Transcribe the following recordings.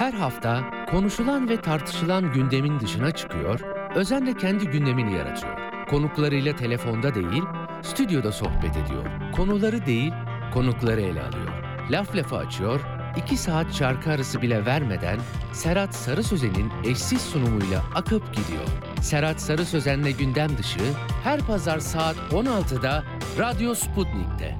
Her hafta konuşulan ve tartışılan gündemin dışına çıkıyor, özenle kendi gündemini yaratıyor. Konuklarıyla telefonda değil, stüdyoda sohbet ediyor. Konuları değil, konukları ele alıyor. Laf lafa açıyor, 2 saat şarkı arası bile vermeden Serhat Sarı Sözen'in eşsiz sunumuyla akıp gidiyor. Serhat Sarı Sözen'le gündem dışı her pazar saat 16'da Radyo Sputnik'te.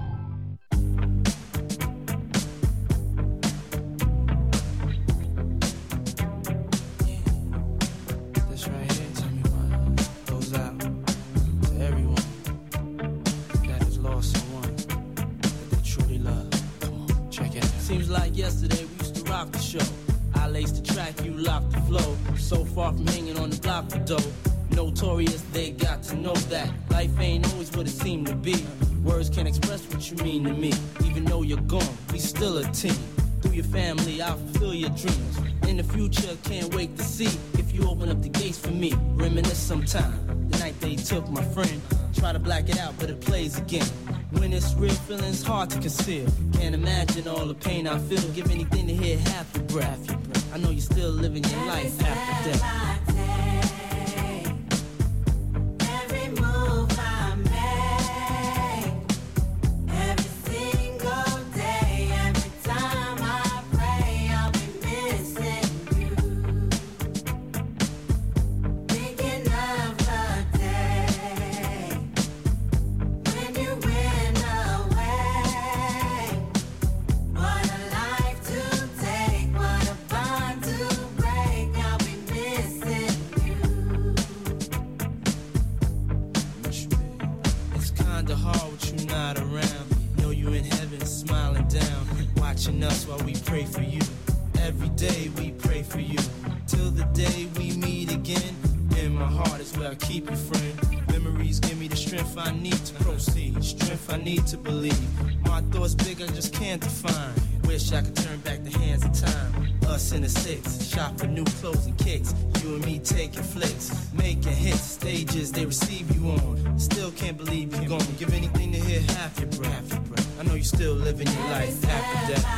Yesterday we used to rock the show. I laced the track, you locked the flow. So far from hanging on the block for dough. Notorious, they got to know that life ain't always what it seemed to be. Words can't express what you mean to me. Even though you're gone, we still a team. Through your family, I'll fulfill your dreams. In the future, can't wait to see if you open up the gates for me. Reminisce sometime, the night they took my friend. Try to black it out, but it plays again. When it's real, feeling's hard to conceal. Can't imagine all the pain I feel. Give anything to hear half your breath. I know you're still living your life after death. Us while we pray for you. Every day we pray for you. Till the day we meet again. In my heart is where I keep you, friend. Memories give me the strength I need to proceed. Strength I need to believe. My thoughts big, I just can't define. Wish I could turn back the hands of time. Us in the 6, shop for new clothes and kicks. You and me taking flicks, making hits. Stages they receive you on. Still can't believe you're gone. Give anything to hear half your breath. I know you're still living your life after death.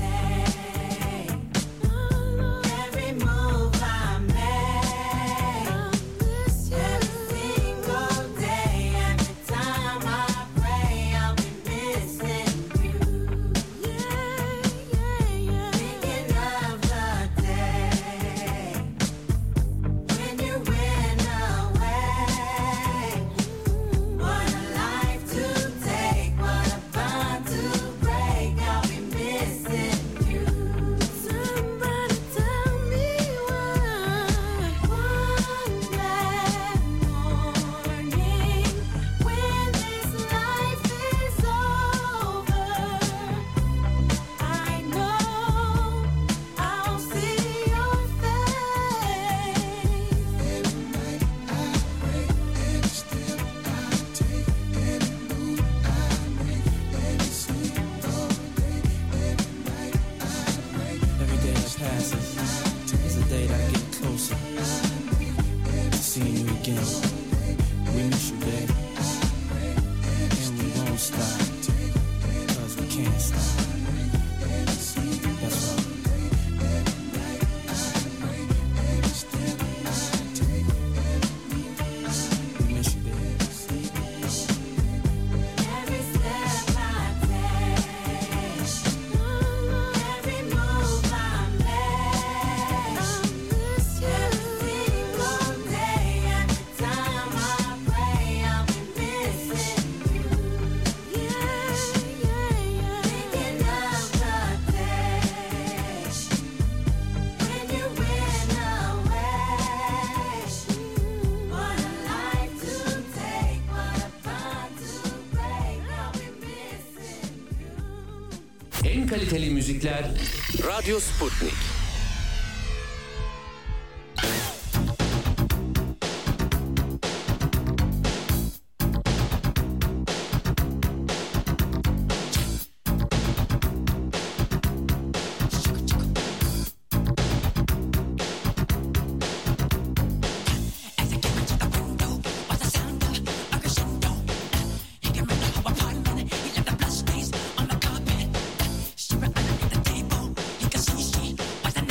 En kaliteli müzikler Radyo Sputnik. She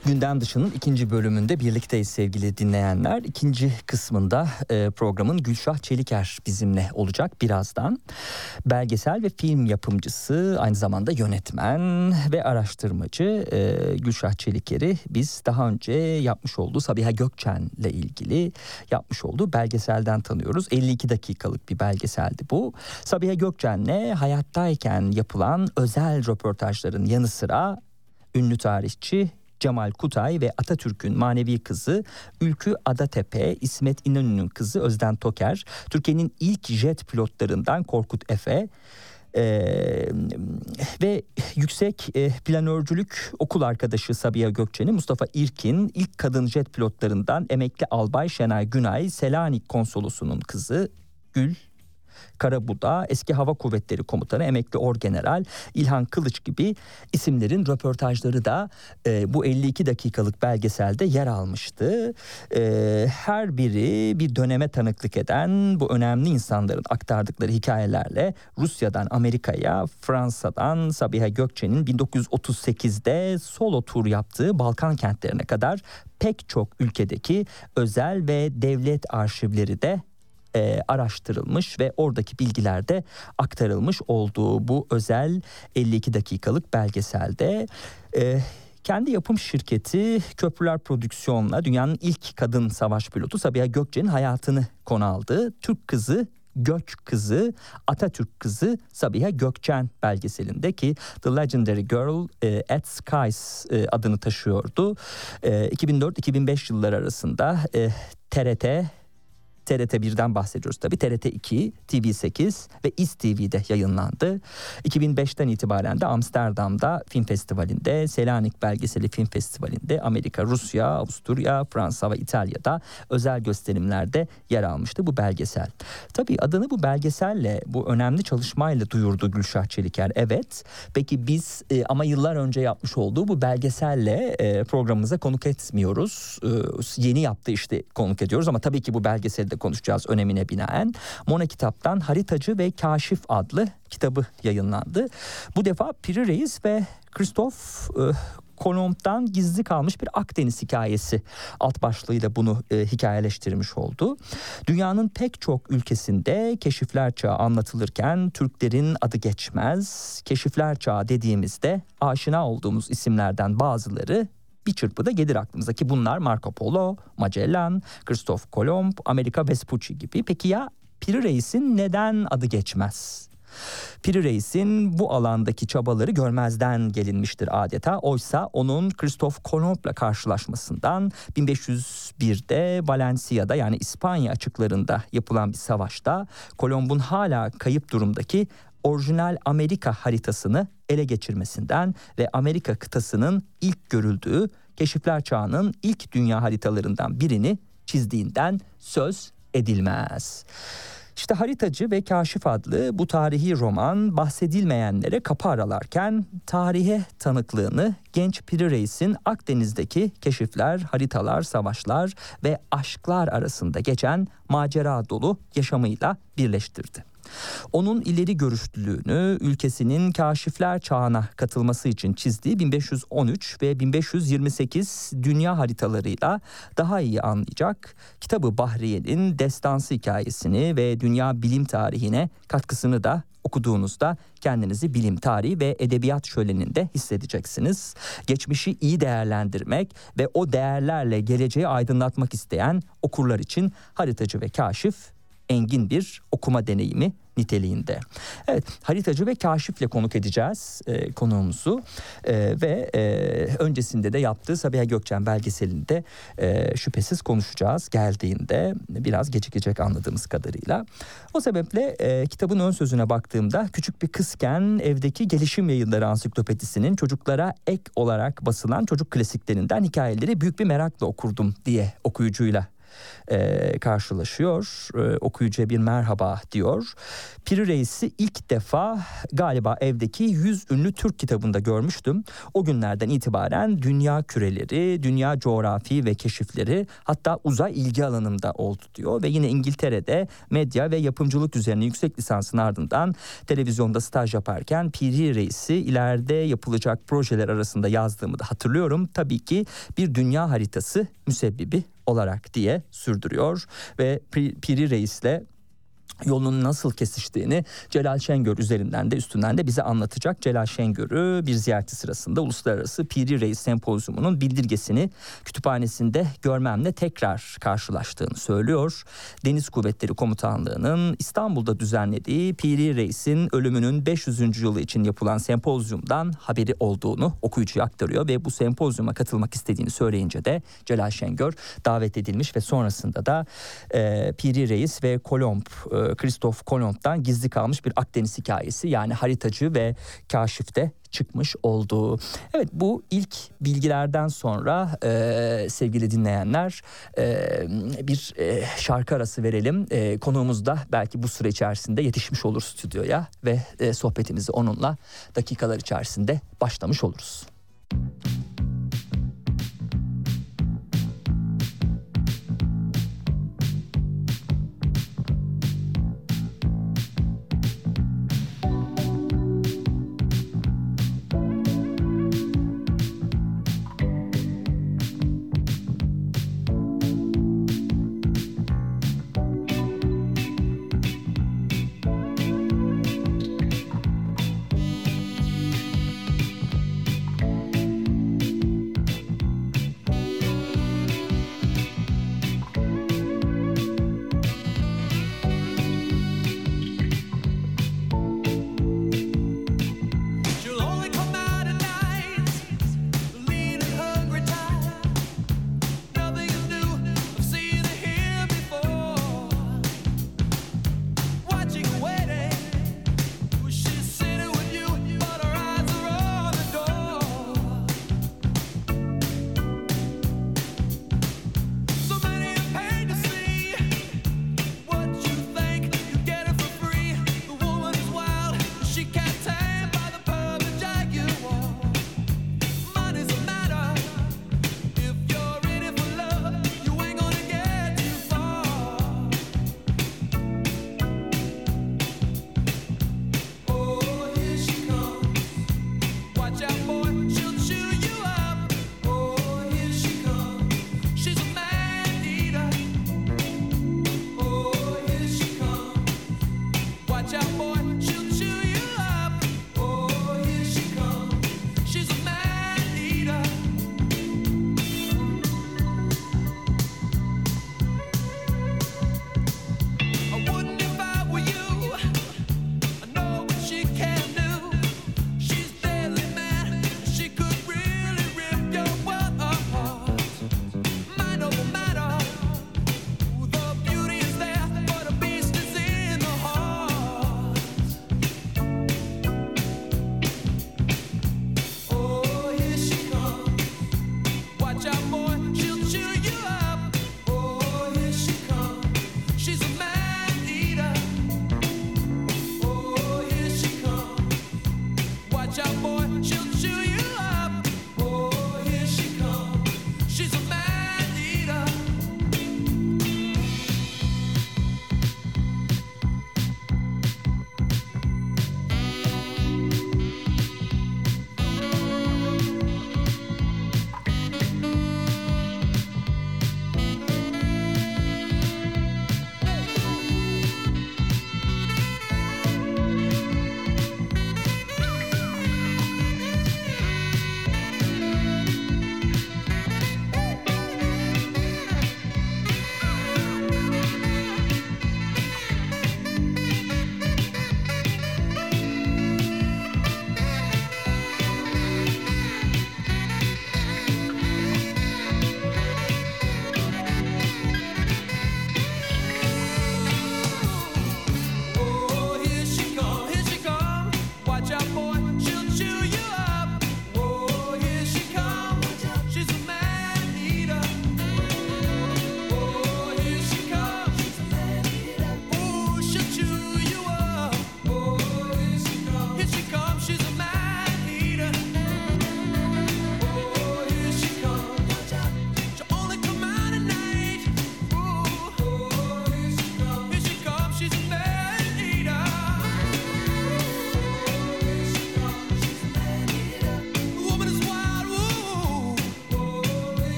Gündem Dışı'nın ikinci bölümünde birlikteyiz sevgili dinleyenler. İkinci kısmında programın Gülşah Çeliker bizimle olacak birazdan. Belgesel ve film yapımcısı, aynı zamanda yönetmen ve araştırmacı Gülşah Çeliker'i biz daha önce yapmış olduğu Sabiha Gökçen'le ilgili yapmış olduğu belgeselden tanıyoruz. 52 dakikalık bir belgeseldi bu. Sabiha Gökçen'le hayattayken yapılan özel röportajların yanı sıra ünlü tarihçi Cemal Kutay ve Atatürk'ün manevi kızı Ülkü Adatepe, İsmet İnönü'nün kızı Özden Toker, Türkiye'nin ilk jet pilotlarından Korkut Efe ve yüksek planörcülük okul arkadaşı Sabiha Gökçen'in Mustafa İrkin, ilk kadın jet pilotlarından emekli albay Şenay Günay, Selanik konsolosunun kızı Gül Karabuda, eski Hava Kuvvetleri Komutanı emekli Orgeneral İlhan Kılıç gibi isimlerin röportajları da bu 52 dakikalık belgeselde yer almıştı. Her biri bir döneme tanıklık eden bu önemli insanların aktardıkları hikayelerle Rusya'dan Amerika'ya, Fransa'dan Sabiha Gökçen'in 1938'de solo tur yaptığı Balkan kentlerine kadar pek çok ülkedeki özel ve devlet arşivleri de araştırılmış ve oradaki bilgiler de aktarılmış olduğu bu özel 52 dakikalık belgeselde kendi yapım şirketi Köprüler Prodüksiyon'la dünyanın ilk kadın savaş pilotu Sabiha Gökçen'in hayatını konu aldığı Türk Kızı, Gök Kızı, Atatürk Kızı Sabiha Gökçen belgeselinde ki The Legendary Girl at Skies adını taşıyordu. 2004-2005 yılları arasında TRT 1'den bahsediyoruz tabii. TRT 2, TV8 ve İSTV'de yayınlandı. 2005'ten itibaren de Amsterdam'da film festivalinde, Selanik Belgeseli Film Festivali'nde, Amerika, Rusya, Avusturya, Fransa ve İtalya'da özel gösterimlerde yer almıştı bu belgesel. Tabii adını bu belgeselle, bu önemli çalışmayla duyurdu Gülşah Çeliker. Evet. Peki biz ama yıllar önce yapmış olduğu bu belgeselle programımıza konuk etmiyoruz. Yeni yaptığı işte konuk ediyoruz ama tabii ki bu belgeselde konuşacağız önemine binaen. Mona Kitap'tan Haritacı ve Kaşif adlı kitabı yayınlandı. Bu defa Piri Reis ve Christoph Kolomb'dan gizli kalmış bir Akdeniz hikayesi alt başlığıyla bunu hikayeleştirmiş oldu. Dünyanın pek çok ülkesinde keşifler çağı anlatılırken Türklerin adı geçmez. Keşifler çağı dediğimizde aşina olduğumuz isimlerden bazıları bir çırpıda gelir aklımıza ki bunlar Marco Polo, Magellan, Christoph Kolomb, Amerika Vespucci gibi. Peki ya Piri Reis'in neden adı geçmez? Piri Reis'in bu alandaki çabaları görmezden gelinmiştir adeta. Oysa onun Christoph Kolomb'la karşılaşmasından 1501'de Valencia'da yani İspanya açıklarında yapılan bir savaşta Kolomb'un hala kayıp durumdaki orijinal Amerika haritasını ele geçirmesinden ve Amerika kıtasının ilk görüldüğü keşifler çağının ilk dünya haritalarından birini çizdiğinden söz edilmez. İşte Haritacı ve Kaşif adlı bu tarihi roman bahsedilmeyenlere kapı aralarken tarihe tanıklığını genç Piri Reis'in Akdeniz'deki keşifler, haritalar, savaşlar ve aşklar arasında geçen macera dolu yaşamıyla birleştirdi. Onun ileri görüşlülüğünü ülkesinin kaşifler çağına katılması için çizdiği 1513 ve 1528 dünya haritalarıyla daha iyi anlayacak Kitab-ı Bahriye'nin destansı hikayesini ve dünya bilim tarihine katkısını da okuduğunuzda kendinizi bilim tarihi ve edebiyat şöleninde hissedeceksiniz. Geçmişi iyi değerlendirmek ve o değerlerle geleceği aydınlatmak isteyen okurlar için Haritacı ve Kaşif engin bir okuma deneyimi niteliğinde. Evet, Haritacı ve Kaşif'le konuk edeceğiz konuğumuzu ve öncesinde de yaptığı Sabiha Gökçen belgeselinde şüphesiz konuşacağız. Geldiğinde biraz gecikecek anladığımız kadarıyla. O sebeple kitabın ön sözüne baktığımda küçük bir kızken evdeki Gelişim Yayınları Ansiklopedisinin çocuklara ek olarak basılan çocuk klasiklerinden hikayeleri büyük bir merakla okurdum diye okuyucuyla karşılaşıyor. Okuyucuya bir merhaba diyor. Piri Reis'i ilk defa galiba evdeki 100 ünlü Türk kitabında görmüştüm. O günlerden itibaren dünya küreleri, dünya coğrafi ve keşifleri, hatta uzay ilgi alanımda oldu diyor. Ve yine İngiltere'de medya ve yapımcılık üzerine yüksek lisansın ardından televizyonda staj yaparken Piri Reis'i ileride yapılacak projeler arasında yazdığımı da hatırlıyorum. Tabii ki bir dünya haritası müsebbibi olarak diye sürdürüyor ve Piri Reis'le yolunun nasıl kesiştiğini Celal Şengör üzerinden de üstünden de bize anlatacak. Celal Şengör'ü bir ziyareti sırasında Uluslararası Piri Reis Sempozyumu'nun bildirgesini kütüphanesinde görmemle tekrar karşılaştığını söylüyor. Deniz Kuvvetleri Komutanlığı'nın İstanbul'da düzenlediği Piri Reis'in ölümünün 500. yılı için yapılan sempozyumdan haberi olduğunu okuyucuya aktarıyor ve bu sempozyuma katılmak istediğini söyleyince de Celal Şengör davet edilmiş ve sonrasında da Piri Reis ve Christoph Kolomb'dan gizli kalmış bir Akdeniz hikayesi, yani haritacı ve kaşifte çıkmış olduğu. Evet, bu ilk bilgilerden sonra sevgili dinleyenler bir şarkı arası verelim. Konuğumuz da belki bu süre içerisinde yetişmiş olur stüdyoya ve sohbetimizi onunla dakikalar içerisinde başlamış oluruz.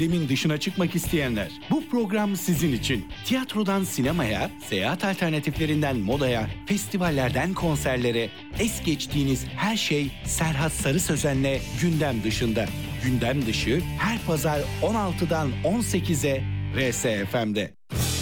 gündemin dışına çıkmak isteyenler, bu program sizin için. Tiyatrodan sinemaya, seyahat alternatiflerinden modaya, festivallerden konserlere, es geçtiğiniz her şey Serhat Sarı Sözen'le gündem dışında. Gündem dışı her pazar 16'dan 18'e RSFM'de.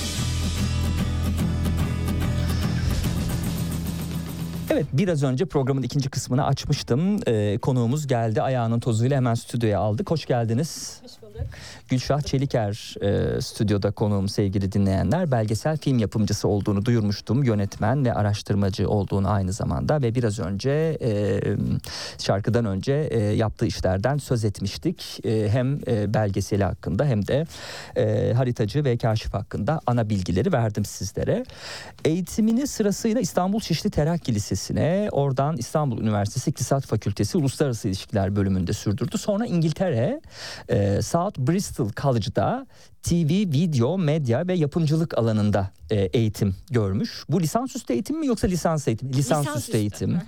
Evet, biraz önce programın ikinci kısmını açmıştım. Konuğumuz geldi, ayağının tozuyla hemen stüdyoya aldık. Hoş geldiniz. Hoş bulduk. Gülşah Çeliker stüdyoda konuğum sevgili dinleyenler. Belgesel film yapımcısı olduğunu duyurmuştum. Yönetmen ve araştırmacı olduğunu aynı zamanda ve biraz önce şarkıdan önce yaptığı işlerden söz etmiştik. Hem belgeseli hakkında hem de haritacı ve kaşif hakkında ana bilgileri verdim sizlere. Eğitimini sırasıyla İstanbul Şişli Terakki Lisesi'ne, oradan İstanbul Üniversitesi İktisat Fakültesi Uluslararası İlişkiler bölümünde sürdürdü. Sonra İngiltere South Bristol College'da TV, video, medya ve yapımcılık alanında eğitim görmüş. Bu lisansüstü eğitim mi yoksa lisans eğitim? Lisansüstü eğitim.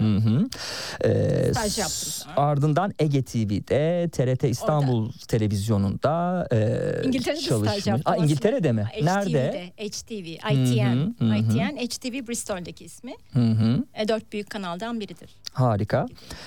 Staj yaptım. Ardından Ege TV'de, TRT İstanbul orada televizyonunda İngiltere'de çalışmış. staj yaptım. İngiltere'de mi? HTV'de, Nerede? HTV, ITN, HTV Bristol'deki ismi. 4 büyük kanaldan biridir. Harika.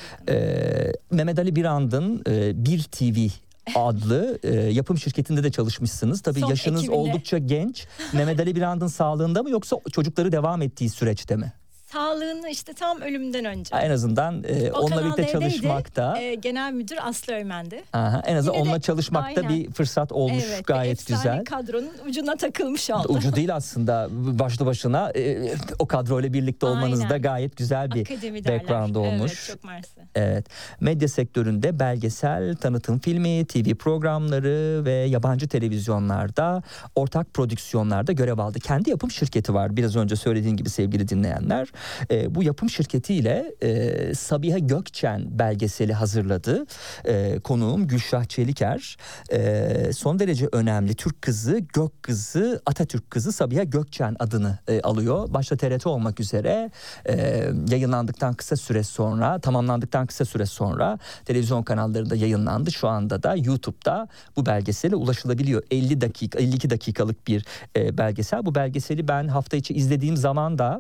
Mehmet Ali Birand'ın Bir TV adlı yapım şirketinde de çalışmışsınız. Tabii son yaşınız ekibinde oldukça genç. Mehmet Ali Birand'ın sağlığında mı yoksa çocukları devam ettiği süreçte mi? Sağlığını işte tam ölümden önce. En azından onunla birlikte çalışmakta. Genel müdür Aslı Öğmen'di. En azından onunla çalışmakta aynen bir fırsat olmuş, evet, gayet güzel. Kadronun ucuna takılmış oldu. Ucu değil aslında, başlı başına o kadroyla birlikte olmanız aynen da gayet güzel bir background olmuş. Evet, çok mersi. Evet. Medya sektöründe belgesel, tanıtım filmi, TV programları ve yabancı televizyonlarda ortak prodüksiyonlarda görev aldı. Kendi yapım şirketi var, biraz önce söylediğin gibi sevgili dinleyenler. Bu yapım şirketiyle Sabiha Gökçen belgeseli hazırladı. Konuğum Gülşah Çeliker. Son derece önemli Türk kızı, Gök kızı, Atatürk kızı Sabiha Gökçen adını alıyor. Başta TRT olmak üzere yayınlandıktan kısa süre sonra, tamamlandıktan kısa süre sonra televizyon kanallarında yayınlandı. Şu anda da YouTube'da bu belgesele ulaşılabiliyor. 52 dakikalık bir belgesel. Bu belgeseli ben hafta içi izlediğim zaman da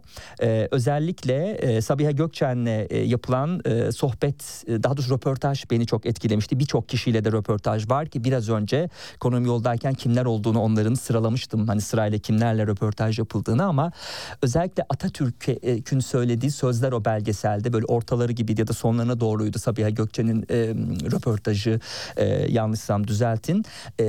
özellikle Sabiha Gökçen'le yapılan sohbet, daha doğrusu röportaj beni çok etkilemişti. Birçok kişiyle de röportaj var ki biraz önce konum yoldayken kimler olduğunu onların sıralamıştım. Hani sırayla kimlerle röportaj yapıldığını, ama özellikle Atatürk'ün söylediği sözler o belgeselde böyle ortaları gibi ya da sonlarına doğruydu Sabiha Gökçen'in röportajı, yanlışsam düzeltin.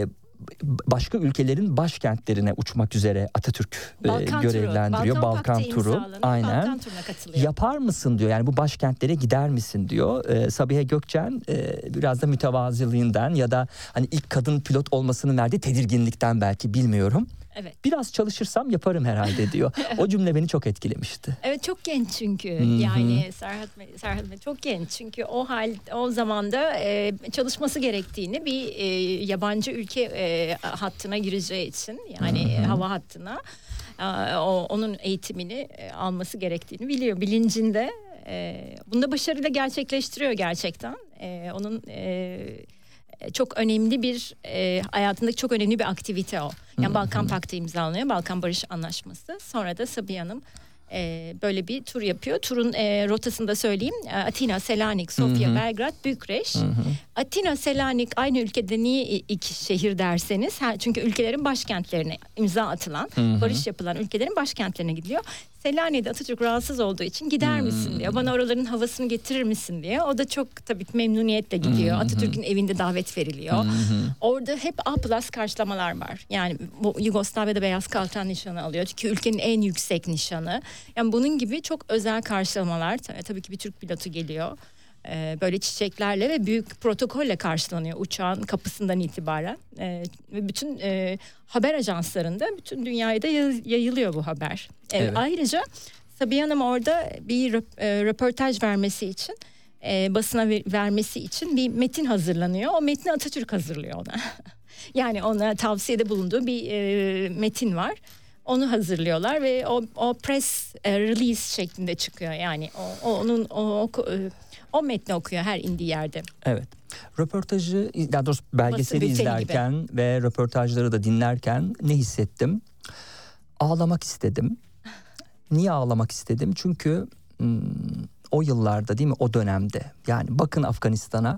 Başka ülkelerin başkentlerine uçmak üzere Atatürk görevlendiriyor. Balkan turu. Aynen. Balkan turuna katılıyor. Yapar mısın diyor. Yani bu başkentlere gider misin diyor. Sabiha Gökçen biraz da mütevazılığından ya da hani ilk kadın pilot olmasının verdiği tedirginlikten belki, bilmiyorum. Evet. Biraz çalışırsam yaparım herhalde diyor. O cümle beni çok etkilemişti. Evet, çok genç çünkü. Yani Serhat Bey çok genç. Çünkü o zamanda çalışması gerektiğini bir yabancı ülke hattına gireceği için, yani hava hattına onun eğitimini alması gerektiğini biliyor. Bilincinde. Bunu da başarıyla gerçekleştiriyor gerçekten. Onun çok önemli bir hayatındaki çok önemli bir aktivite o. Yani Balkan Paktı imzalanıyor, Balkan Barış Anlaşması. Sonra da Sabiha Hanım böyle bir tur yapıyor. Turun rotasını da söyleyeyim. Atina, Selanik, Sofya, Belgrad, Bükreş. Atina, Selanik aynı ülkede niye iki şehir derseniz, çünkü ülkelerin başkentlerine imza atılan, barış yapılan ülkelerin başkentlerine gidiliyor. Selanik'te Atatürk rahatsız olduğu için gider misin diyor. Bana oraların havasını getirir misin diye. O da çok tabii memnuniyetle gidiyor. Atatürk'ün evinde davet veriliyor. Orada hep A+ karşılamalar var. Yani bu Yugoslavya'da beyaz kalkan nişanı alıyor. Çünkü ülkenin en yüksek nişanı. Yani bunun gibi çok özel karşılamalar. Tabii ki bir Türk pilotu geliyor. Böyle çiçeklerle ve büyük protokolle karşılanıyor uçağın kapısından itibaren. Ve bütün haber ajanslarında bütün dünyaya da yayılıyor bu haber. Evet. Ayrıca Sabiha Hanım orada bir röportaj vermesi için, basına vermesi için bir metin hazırlanıyor. O metni Atatürk hazırlıyor ona. Yani ona tavsiyede bulunduğu bir metin var. Onu hazırlıyorlar ve o press release şeklinde çıkıyor. Yani o metni okuyor her indiği yerde. Evet. Röportajı, daha doğrusu belgeseli izlerken ve röportajları da dinlerken ne hissettim? Ağlamak istedim. Niye ağlamak istedim? Çünkü o yıllarda, değil mi, o dönemde, yani bakın Afganistan'a.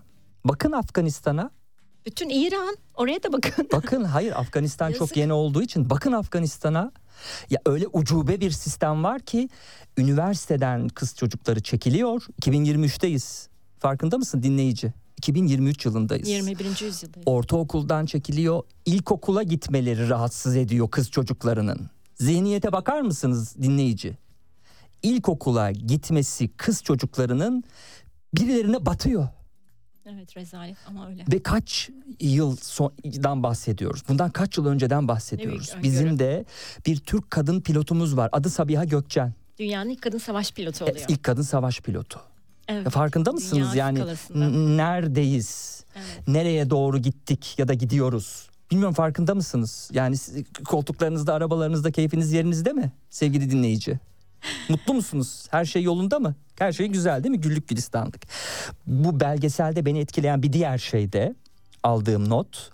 Bütün İran, oraya da bakın. Bakın, hayır, Afganistan çok yeni olduğu için bakın Afganistan'a. Ya öyle ucube bir sistem var ki üniversiteden kız çocukları çekiliyor. 2023'teyiz. Farkında mısın dinleyici? 2023 yılındayız. 21. yüzyıldayız. Ortaokuldan çekiliyor. İlkokula gitmeleri rahatsız ediyor kız çocuklarının. Zihniyete bakar mısınız dinleyici? İlkokula gitmesi kız çocuklarının birilerine batıyor. Evet, rezalet ama öyle. Ve kaç yıldan bahsediyoruz? Bundan kaç yıl önceden bahsediyoruz? Bizim de bir Türk kadın pilotumuz var. Adı Sabiha Gökçen. Dünyanın ilk kadın savaş pilotu oluyor. İlk kadın savaş pilotu. Evet. Farkında mısınız? Yani neredeyiz? Evet. Nereye doğru gittik ya da gidiyoruz? Bilmiyorum, farkında mısınız? Yani koltuklarınızda, arabalarınızda keyfiniz yerinizde mi sevgili dinleyici? Mutlu musunuz? Her şey yolunda mı? Her şey güzel, değil mi? Güllük gülistanlık. Bu belgeselde beni etkileyen bir diğer şey de aldığım not.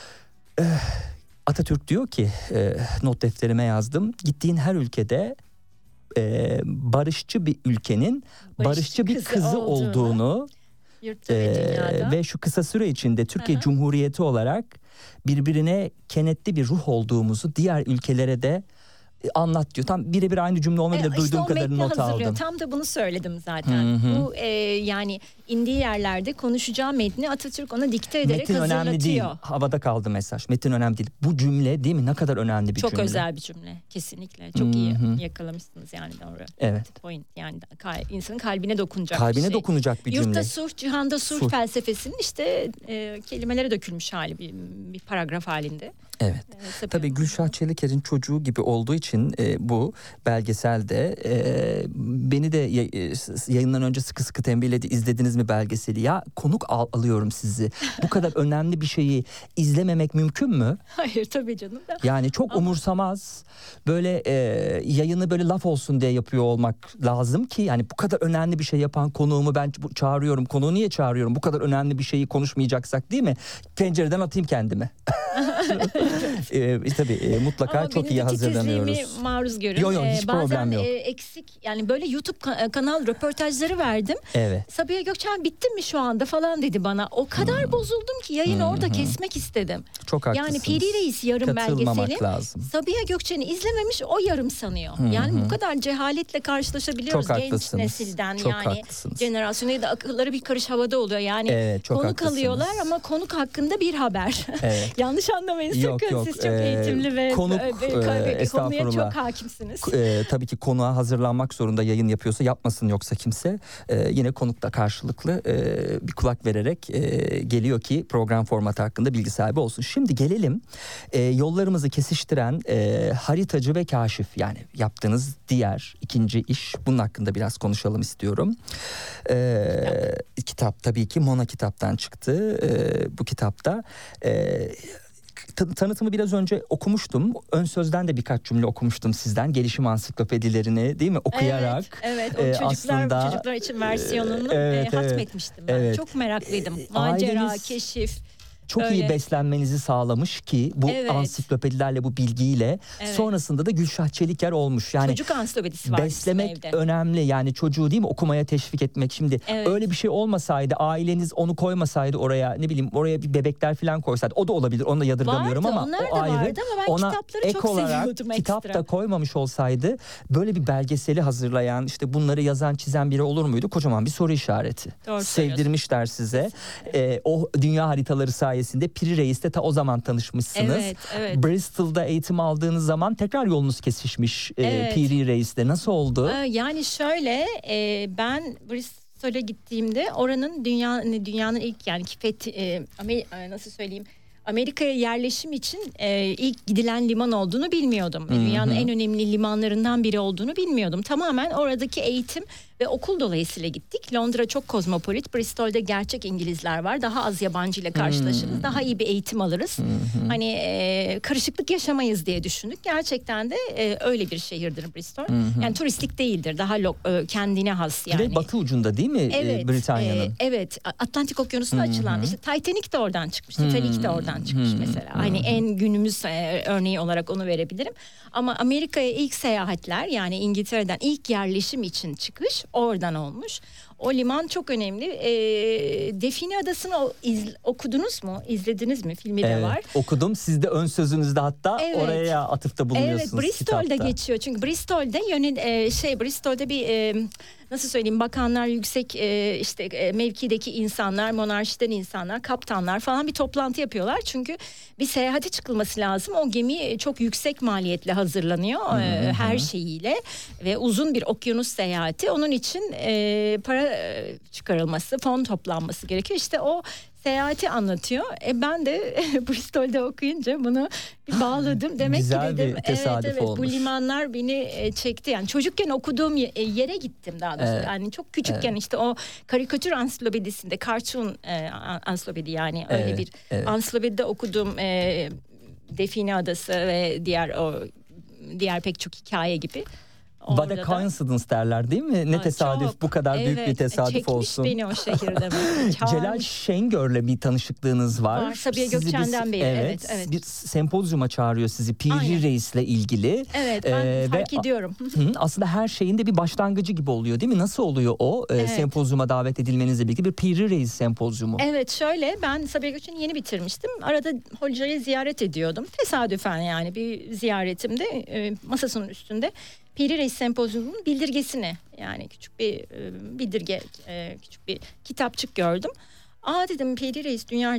Atatürk diyor ki, not defterime yazdım. Gittiğin her ülkede barışçı bir ülkenin barışçı bir kızı olduğunu ve şu kısa süre içinde Türkiye Cumhuriyeti olarak birbirine kenetli bir ruh olduğumuzu diğer ülkelere de anlat diyor. Tam birebir aynı cümle olmayabilir. İşte duyduğum kadarını not aldım. Tam da bunu söyledim zaten. Bu yani indiği yerlerde konuşacağı metni Atatürk ona dikte ederek Metin hazırlatıyor. önemli değil. Havada kaldı mesaj. Metin önemli değil. Bu cümle, değil mi? Ne kadar önemli bir çok cümle. Çok özel bir cümle. Kesinlikle. Çok iyi yakalamışsınız yani, doğru. Evet. Point yani insanın kalbine dokunacak kalbine bir şey. dokunacak bir cümle. Yurtta sulh, cihanda sulh felsefesinin işte kelimelere dökülmüş hali bir paragraf halinde. Evet. Tabii Gülşah Çeliker'in çocuğu gibi olduğu için bu belgeselde beni de yayından önce sıkı sıkı tembihledi. İzlediniz mi belgeseli? Ya konuk alıyorum sizi. Bu kadar önemli bir şeyi izlememek mümkün mü? Hayır, tabii canım da. Yani çok umursamaz. Böyle yayını böyle laf olsun diye yapıyor olmak lazım ki, yani bu kadar önemli bir şey yapan konuğumu ben çağırıyorum. Konuğu niye çağırıyorum? Bu kadar önemli bir şeyi konuşmayacaksak, değil mi? Pencereden atayım kendimi. Tabii mutlaka ama çok iyi hazırlanıyoruz. Maruz görün. Hiç problem yok. Eksik, yani böyle YouTube kanal röportajları verdim. Evet. Sabiha Gökçen bitti mi şu anda falan dedi bana. O kadar bozuldum ki yayını orada kesmek istedim. Çok haklısınız. Yani Piri Reis yarım belgeseli. Lazım. Sabiha Gökçen'i izlememiş, o yarım sanıyor. Yani bu kadar cehaletle karşılaşabiliyoruz genç nesilden. Çok yani haklısınız. Jenerasyona da akılları bir karış havada oluyor. Yani konuk alıyorlar ama konuk hakkında bir haber. Evet. Yanlış anlamayın sakın. Siz çok eğitimli ve konuya çok hakimsiniz. Tabii ki konuğa hazırlanmak zorunda, yayın yapıyorsa yapmasın, yoksa kimse yine konukla karşılıklı bir kulak vererek geliyor ki program formatı hakkında bilgi sahibi olsun. Şimdi gelelim yollarımızı kesiştiren haritacı ve kaşif, yani yaptığınız diğer ikinci iş, bunun hakkında biraz konuşalım istiyorum. Kitap tabii ki Mona kitaptan çıktı. Bu kitapta tanıtımı biraz önce okumuştum. Ön sözden de birkaç cümle okumuştum sizden. Gelişim ansiklopedilerini, değil mi, okuyarak. Evet. O çocuklar için versiyonunu hatmetmiştim ben. Evet. Çok meraklıydım. Macera, keşif. Çok iyi beslenmenizi sağlamış ki bu ansiklopedilerle, bu bilgiyle. Sonrasında da Gülşah Çeliker olmuş. Yani çocuk ansiklopedisi var beslemek önemli. Yani çocuğu, değil mi, okumaya teşvik etmek. Şimdi öyle bir şey olmasaydı, aileniz onu koymasaydı oraya, ne bileyim, oraya bir bebekler falan koysaydı, o da olabilir. Onu da yadırgamıyorum ama o ayrı. Vardı ama ben ona kitapları ek çok olarak kitap da koymamış olsaydı, böyle bir belgeseli hazırlayan, işte bunları yazan, çizen biri olur muydu? Kocaman bir soru işareti. Sevdirmişler size. O dünya haritaları sayesinde Piri Reis'te ta o zaman tanışmışsınız. Evet. Bristol'da eğitim aldığınız zaman tekrar yolunuz kesişmiş Piri Reis'te. Nasıl oldu? Yani şöyle, ben Bristol'a gittiğimde oranın dünyanın ilk, yani nasıl söyleyeyim, Amerika'ya yerleşim için ilk gidilen liman olduğunu bilmiyordum. Dünyanın en önemli limanlarından biri olduğunu bilmiyordum. Tamamen oradaki eğitim ve Ve okul dolayısıyla gittik. Londra çok kozmopolit. Bristol'de gerçek İngilizler var. Daha az yabancı ile karşılaşırız. Daha iyi bir eğitim alırız. Hani karışıklık yaşamayız diye düşündük. Gerçekten de öyle bir şehirdir Bristol. Yani turistik değildir. Daha kendine has yani. Ve batı ucunda değil mi Britanya'nın? Evet. Atlantik Okyanusu'na açılan. İşte Titanic de oradan çıkmış. Titanic de oradan çıkmış mesela. Hani en günümüz örneği olarak onu verebilirim. Ama Amerika'ya ilk seyahatler, yani İngiltere'den ilk yerleşim için çıkış oradan olmuş. O liman çok önemli. Define Adası'nı okudunuz mu? İzlediniz mi? Filmi de var. Okudum. Siz de ön sözünüzde hatta oraya atıfta bulunuyorsunuz. Evet, Bristol'da kitapta geçiyor. Çünkü Bristol'de Bristol'de bir nasıl söyleyeyim, bakanlar, yüksek işte mevkideki insanlar, monarşiden insanlar, kaptanlar falan bir toplantı yapıyorlar. Çünkü bir seyahate çıkılması lazım. O gemi çok yüksek maliyetle hazırlanıyor her şeyiyle ve uzun bir okyanus seyahati. Onun için para çıkarılması, fon toplanması gerekiyor. İşte o seyahati anlatıyor. Ben de Bristol'de okuyunca bunu bir bağladım. Demek güzel ki dedim, bir tesadüf olmuş. Bu limanlar beni çekti. Yani çocukken okuduğum yere gittim daha doğrusu. Evet. Yani çok küçükken işte o karikatür ansiklopedisinde, cartoon ansiklopedi yani öyle bir ansiklopedide okuduğum Define Adası ve diğer pek çok hikaye gibi. What a coincidence derler değil mi? Ne tesadüf, bu kadar büyük bir tesadüf olsun. Çekmiş beni o şehirde. Celal Şengör'le bir tanışıklığınız var. Sabiha Gökçen'den beri. Evet. Bir sempozyuma çağırıyor sizi Piri Reis'le ilgili. Evet, ben fark ediyorum. Aslında her şeyin de bir başlangıcı gibi oluyor değil mi? Nasıl oluyor o sempozyuma davet edilmenizle birlikte bir Piri Reis sempozyumu? Evet, şöyle, ben Sabiha Gökçen'i yeni bitirmiştim. Arada hocayı ziyaret ediyordum. Tesadüfen yani bir ziyaretimde masasının üstünde Piri Reis Sempozyumu'nun bildirgesini, yani küçük bir bildirge, küçük bir kitapçık gördüm. Dedim Piri Reis dünya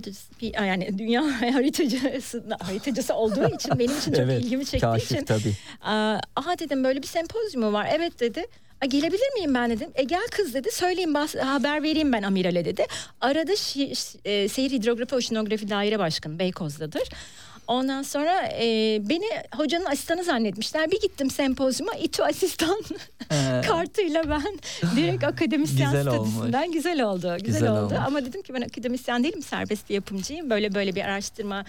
haritacısı olduğu için benim için çok ilgimi çektiği için. Tabii. Dedim böyle bir sempozyumu var. Evet dedi. Gelebilir miyim ben dedim. Gel kız dedi. Söyleyeyim, haber vereyim ben amirale dedi. Arada Seyir Hidrografi Oşinografi Daire Başkanı, Beykoz'dadır. Ondan sonra beni hocanın asistanı zannetmişler. Bir gittim sempozyuma, İTÜ asistan kartıyla ben direkt akademisyen statüsünden. Güzel oldu. Ama dedim ki ben akademisyen değilim, serbest bir yapımcıyım. Böyle bir araştırma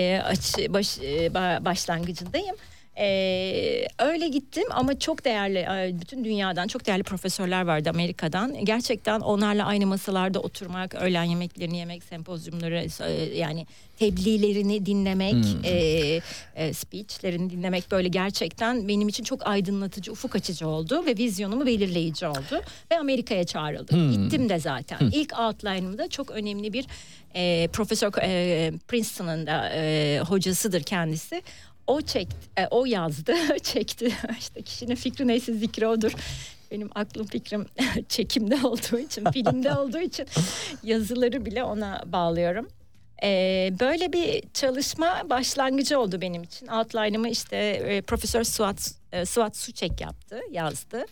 başlangıcındayım. Öyle gittim ama çok değerli, bütün dünyadan çok değerli profesörler vardı, Amerika'dan. Gerçekten onlarla aynı masalarda oturmak, öğlen yemeklerini yemek, sempozyumları yani tebliğlerini dinlemek, speechlerini dinlemek böyle gerçekten benim için çok aydınlatıcı, ufuk açıcı oldu ve vizyonumu belirleyici oldu. Ve Amerika'ya çağrıldım. Gittim de zaten. İlk outline'ımda çok önemli bir profesör, Princeton'ın da hocasıdır kendisi. O yazdı, çekti. İşte kişinin fikri neyse zikri odur. Benim aklım fikrim çekimde olduğu için, filmde olduğu için yazıları bile ona bağlıyorum. Böyle bir çalışma başlangıcı oldu benim için. Outline'ımı işte Profesör Suat Suçek yazdı.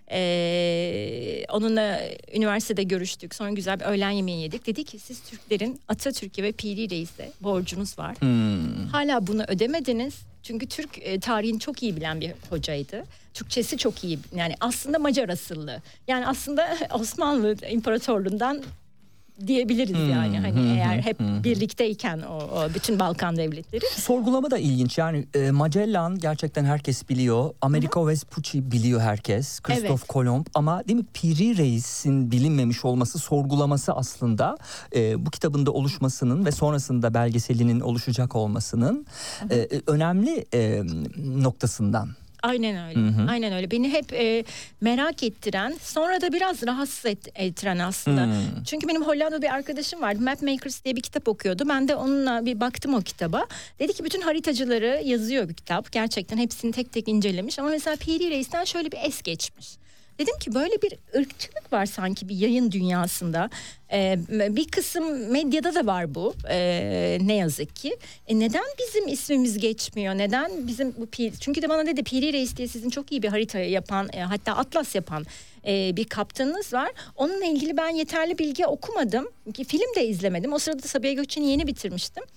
Onunla üniversitede görüştük. Sonra güzel bir öğlen yemeği yedik. Dedi ki siz Türklerin Atatürk'e ve Piri Reis'e borcunuz var. Hala bunu ödemediniz. Çünkü Türk tarihini çok iyi bilen bir hocaydı. Türkçesi çok iyi. Yani aslında Macar asıllı. Yani aslında Osmanlı İmparatorluğundan diyebiliriz yani. Hani eğer hep birlikteyken o bütün Balkan devletleri. Sorgulama da ilginç. Yani Magellan gerçekten herkes biliyor. Amerigo Vespucci biliyor herkes. Christoph Kolomb, ama değil mi, Piri Reis'in bilinmemiş olması, sorgulaması aslında bu kitabın da oluşmasının ve sonrasında belgeselinin oluşacak olmasının önemli noktasından. Aynen öyle. Aynen öyle. Beni hep merak ettiren, sonra da biraz rahatsız ettiren aslında. Çünkü benim Hollanda'da bir arkadaşım vardı. Mapmakers diye bir kitap okuyordu. Ben de onunla bir baktım o kitaba. Dedi ki bütün haritacıları yazıyor bir kitap. Gerçekten hepsini tek tek incelemiş. Ama mesela Piri Reis'ten şöyle bir es geçmiş. Dedim ki böyle bir ırkçılık var sanki bir yayın dünyasında. Bir kısım medyada da var bu. Ne yazık ki. Neden bizim ismimiz geçmiyor? Neden bizim bu çünkü de bana dedi Piri Reis diye sizin çok iyi bir harita yapan, hatta atlas yapan bir kaptanınız var. Onunla ilgili ben yeterli bilgi okumadım. Film de izlemedim. O sırada Sabiha Gökçen'i yeni bitirmiştim.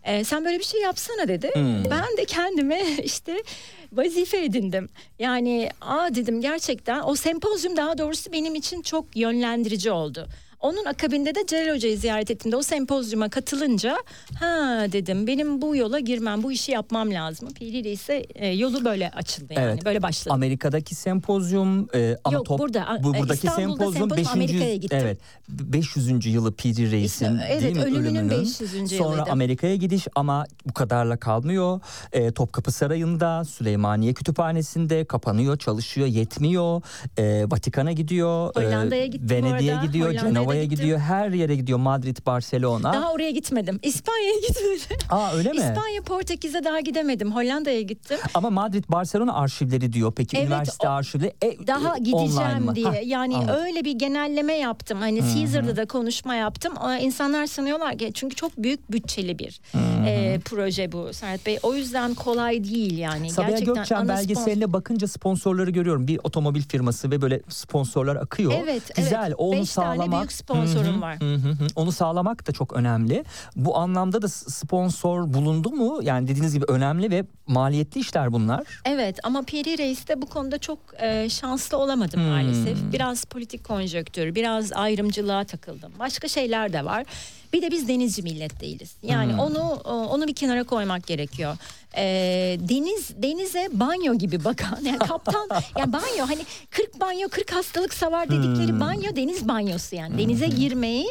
Sen böyle bir şey yapsana dedi. Ben de kendime işte vazife edindim. Yani dedim gerçekten o sempozyum daha doğrusu benim için çok yönlendirici oldu. Onun akabinde de Celal Hoca'yı ziyaret ettiğimde o sempozyuma katılınca dedim benim bu yola girmem, bu işi yapmam lazım. Piri ise yolu böyle açıldı yani. Evet. Böyle başladı. Amerika'daki sempozyum ama Yok, buradaki sempozyum 5. Amerika'ya gittim. Evet. 500. yılı Piri Reis'in değil mi ölümünün 500. yılıydı. Sonra Amerika'ya gidiş ama bu kadarla kalmıyor. Topkapı Sarayı'nda, Süleymaniye Kütüphanesi'nde kapanıyor, çalışıyor, yetmiyor. Vatikan'a gidiyor. Hollanda'ya gittim. Venedik'e gidiyor, Cenova'ya gidiyor, her yere gidiyor. Madrid, Barcelona. Daha oraya gitmedim. İspanya'ya gitmedim. Öyle mi? İspanya, Portekiz'e daha gidemedim. Hollanda'ya gittim. Ama Madrid, Barcelona arşivleri diyor. Peki evet, üniversite arşivleri daha gideceğim diye. Yani anladım. öyle bir genelleme yaptım. Hani Caesar'da da konuşma yaptım. İnsanlar sanıyorlar ki çünkü çok büyük bütçeli bir proje bu Serhat Bey. O yüzden kolay değil yani. Sabiha gerçekten Gökçen belgeseline bakınca sponsorları görüyorum. Bir otomobil firması ve böyle sponsorlar akıyor. Evet. Güzel. Onu 5 sağlamak. tane büyük sponsorum var. Onu sağlamak da çok önemli. Bu anlamda da sponsor bulundu mu? Yani dediğiniz gibi önemli ve maliyetli işler bunlar. Evet ama Piri Reis'te bu konuda çok şanslı olamadım maalesef. Biraz politik konjonktür, biraz ayrımcılığa takıldım. Başka şeyler de var. Bir de biz denizci millet değiliz. Yani onu bir kenara koymak gerekiyor. Denize banyo gibi bakan yani kaptan yani banyo hani 40 banyo 40 hastalık savar dedikleri banyo deniz banyosu yani. Denize girmeyi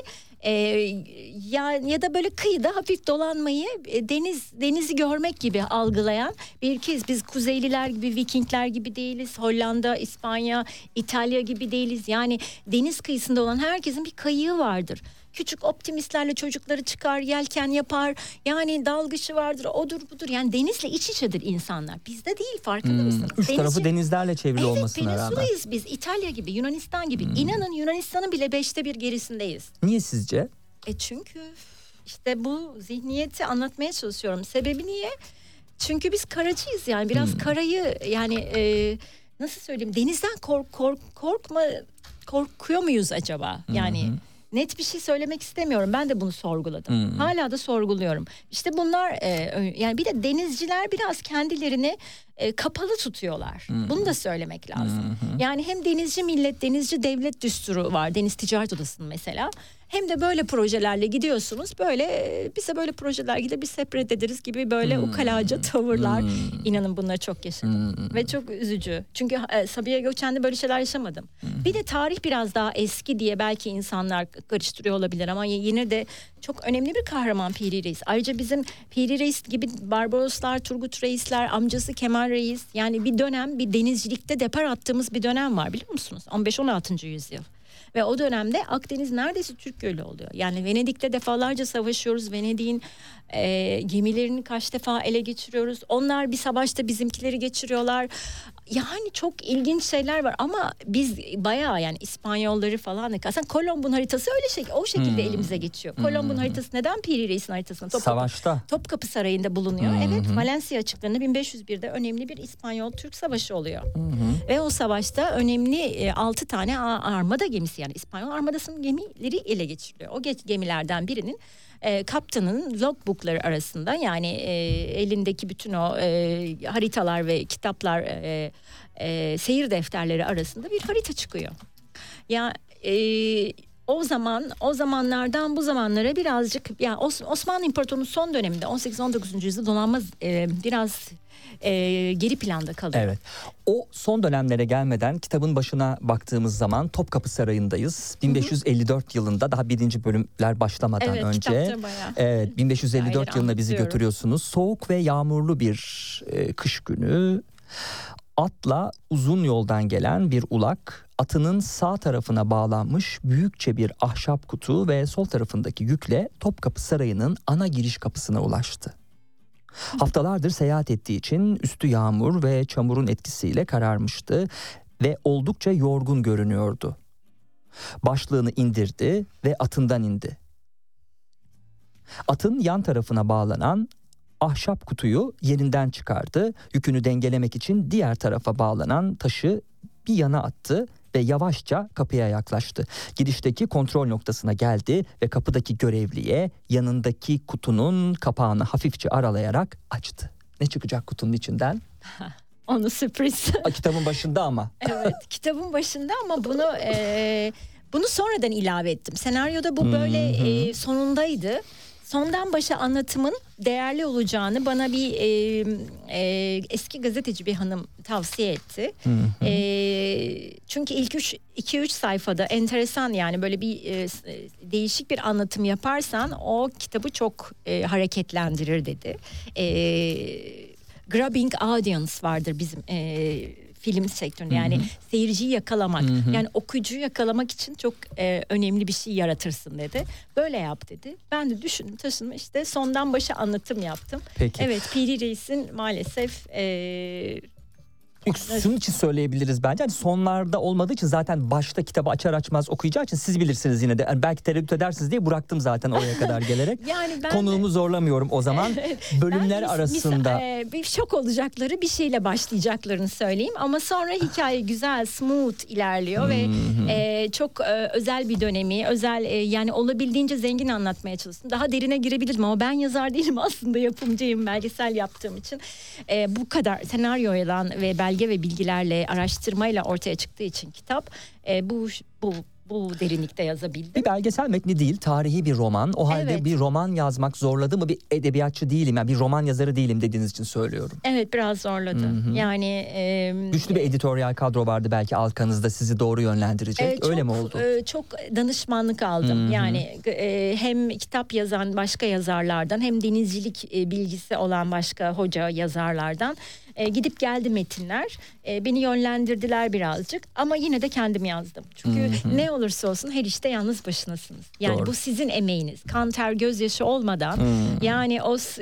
ya da böyle kıyıda hafif dolanmayı denizi görmek gibi algılayan bir kez biz Kuzeyliler gibi Vikingler gibi değiliz. Hollanda, İspanya, İtalya gibi değiliz. Yani deniz kıyısında olan herkesin bir kayığı vardır. Küçük optimistlerle çocukları çıkar, yelken yapar. Yani dalgıçı vardır, odur budur. Yani denizle iç içedir insanlar. Bizde değil, farkında mısınız? Üç tarafı denizlerle çevrili olmasına rağmen. Evet, peninsulayız biz. İtalya gibi, Yunanistan gibi. İnanın Yunanistan'ın bile 1/5 gerisindeyiz. Niye sizce? Çünkü işte bu zihniyeti anlatmaya çalışıyorum. Sebebi niye? Çünkü biz karacıyız yani. Biraz karayı yani nasıl söyleyeyim? Denizden korkuyor muyuz acaba? Yani... Net bir şey söylemek istemiyorum. Ben de bunu sorguladım. Hala da sorguluyorum. İşte bunlar yani bir de denizciler biraz kendilerini kapalı tutuyorlar. Bunu da söylemek lazım. Yani hem denizci millet, denizci devlet düsturu var. Deniz Ticaret Odası'nın mesela. Hem de böyle projelerle gidiyorsunuz. Böyle bize böyle projeler gider biz hep reddederiz gibi böyle ukalaca tavırlar. İnanın bunları çok yaşadım. Ve çok üzücü. Çünkü Sabiha Gökçen'de böyle şeyler yaşamadım. Bir de tarih biraz daha eski diye belki insanlar karıştırıyor olabilir ama yine de çok önemli bir kahraman Piri Reis. Ayrıca bizim Piri Reis gibi Barbaroslar, Turgut Reisler, amcası Kemal Reis yani bir dönem bir denizcilikte depar attığımız bir dönem var biliyor musunuz? 15-16. yüzyıl. Ve o dönemde Akdeniz neredeyse Türk Gölü oluyor. Yani Venedik'te defalarca savaşıyoruz. Venedik'in gemilerini kaç defa ele geçiriyoruz. Onlar bir savaşta bizimkileri geçiriyorlar. Yani çok ilginç şeyler var ama biz bayağı yani İspanyolları falan da aslında Kolomb'un haritası öyle o şekilde elimize geçiyor. Kolomb'un haritası neden Piri Reis'in haritasında? Savaşta. Topkapı Sarayı'nda bulunuyor. Evet, Valencia açıklarında 1501'de önemli bir İspanyol-Türk savaşı oluyor. Ve o savaşta önemli 6 tane armada gemisi yani İspanyol armadasının gemileri ele geçiriliyor. O gemilerden birinin kaptanın logbookları arasında yani elindeki bütün o haritalar ve kitaplar seyir defterleri arasında bir harita çıkıyor. Ya o zamanlardan bu zamanlara birazcık ya Osmanlı İmparatorluğu'nun son döneminde 18-19. yüzyılda donanma biraz geri planda kalıyor. Evet. O son dönemlere gelmeden kitabın başına baktığımız zaman Topkapı Sarayı'ndayız. 1554 yılında daha 1. bölümler başlamadan önce. Evet, 1554 yılına bizi götürüyorsunuz. Soğuk ve yağmurlu bir kış günü. Atla uzun yoldan gelen bir ulak atının sağ tarafına bağlanmış büyükçe bir ahşap kutu ve sol tarafındaki yükle Topkapı Sarayı'nın ana giriş kapısına ulaştı. Haftalardır seyahat ettiği için üstü yağmur ve çamurun etkisiyle kararmıştı ve oldukça yorgun görünüyordu. Başlığını indirdi ve atından indi. Atın yan tarafına bağlanan ahşap kutuyu yerinden çıkardı. Yükünü dengelemek için diğer tarafa bağlanan taşı bir yana attı ve yavaşça kapıya yaklaştı. Girişteki kontrol noktasına geldi ve kapıdaki görevliye yanındaki kutunun kapağını hafifçe aralayarak açtı. Ne çıkacak kutunun içinden? Onu sürpriz. Kitabın başında ama. Evet, kitabın başında ama bunu sonradan ilave ettim. Senaryoda bu böyle sonundaydı. Sondan başa anlatımın değerli olacağını bana bir eski gazeteci bir hanım tavsiye etti. Çünkü ilk 2-3 sayfada enteresan, yani böyle bir değişik bir anlatım yaparsan o kitabı çok hareketlendirir dedi. Grabbing audience vardır bizim film sektöründe, yani seyirciyi yakalamak, yani okuyucuyu yakalamak için çok önemli bir şey yaratırsın dedi. Böyle yap dedi. Ben de düşündüm taşındım, işte sondan başa anlatım yaptım. Peki. Evet, Piri Reis'in maalesef Şunun için söyleyebiliriz bence. Hani sonlarda olmadığı için zaten başta kitabı açar açmaz okuyacağı için siz bilirsiniz yine de. Yani belki tereddüt edersiniz diye bıraktım zaten oraya kadar gelerek. Yani ben konuğumu zorlamıyorum o zaman. Bölümler arasında. Bir şok olacakları bir şeyle başlayacaklarını söyleyeyim. Ama sonra hikaye güzel, smooth ilerliyor ve çok özel bir dönemi, özel yani olabildiğince zengin anlatmaya çalıştım. Daha derine girebilirdim ama ben yazar değilim aslında, yapımcıyım, belgesel yaptığım için. Bu kadar senaryoyla ve belge ve bilgilerle, araştırmayla ortaya çıktığı için kitap bu derinlikte yazabildim. Bir belgesel metni değil, tarihi bir roman. O halde bir roman yazmak zorladı mı? Bir edebiyatçı değilim, yani bir roman yazarı değilim dediğiniz için söylüyorum. Evet, biraz zorladı. Yani güçlü bir editoryal kadro vardı belki arkanızda sizi doğru yönlendirecek. Öyle mi oldu? Çok danışmanlık aldım. Yani hem kitap yazan başka yazarlardan, hem denizcilik bilgisi olan başka hoca yazarlardan gidip geldi metinler. Beni yönlendirdiler birazcık ama yine de kendim yazdım. Çünkü ne olursa olsun her işte yalnız başınasınız. Yani doğru. Bu sizin emeğiniz. Kan, ter, gözyaşı olmadan yani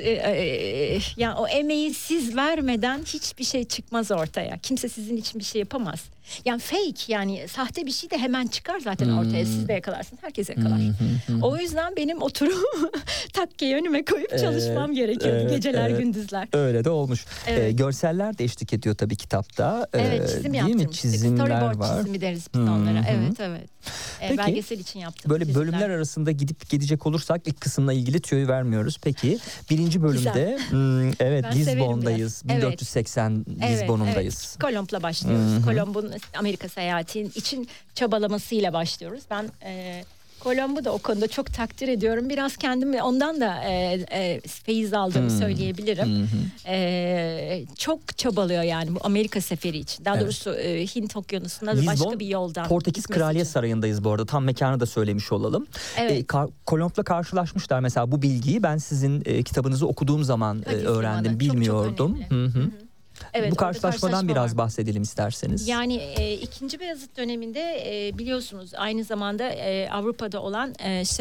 o emeği siz vermeden hiçbir şey çıkmaz ortaya. Kimse sizin için bir şey yapamaz. Yani fake, yani sahte bir şey de hemen çıkar zaten ortaya. Siz de yakalarsınız, herkes yakalar. O yüzden benim oturup takkeyi önüme koyup çalışmam gerekiyordu geceler gündüzler. Öyle de olmuş. Görseller de eşlik ediyor tabii kitapta. Evet, çizim yaptım. Çizimler storyboard var. çizimi deriz biz onlara. Evet. Peki, belgesel için yaptım. Böyle çizimler. bölümler arasında gidip gelecek olursak ilk kısımla ilgili tüyo vermiyoruz. Peki birinci bölümde Lizbon'dayız. 1480 Lizbon'undayız. Evet. Kolomb'la başlıyoruz. Kolomb'un Amerika seyahati için çabalamasıyla başlıyoruz. Ben Kolomb'u da o konuda çok takdir ediyorum. Biraz kendimi ondan da feyiz aldığımı söyleyebilirim. Çok çabalıyor yani bu Amerika seferi için. Daha doğrusu Hint Okyanusu'nda da başka bir yoldan. Portekiz Kraliyet Sarayı'ndayız bu arada. Tam mekanı da söylemiş olalım. Evet. Kolomb'la karşılaşmışlar mesela, bu bilgiyi ben sizin kitabınızı okuduğum zaman öğrendim. Bilmiyordum. Çok evet, bu karşılaşmadan biraz bahsedelim isterseniz. Yani 2. Beyazıt döneminde biliyorsunuz aynı zamanda Avrupa'da olan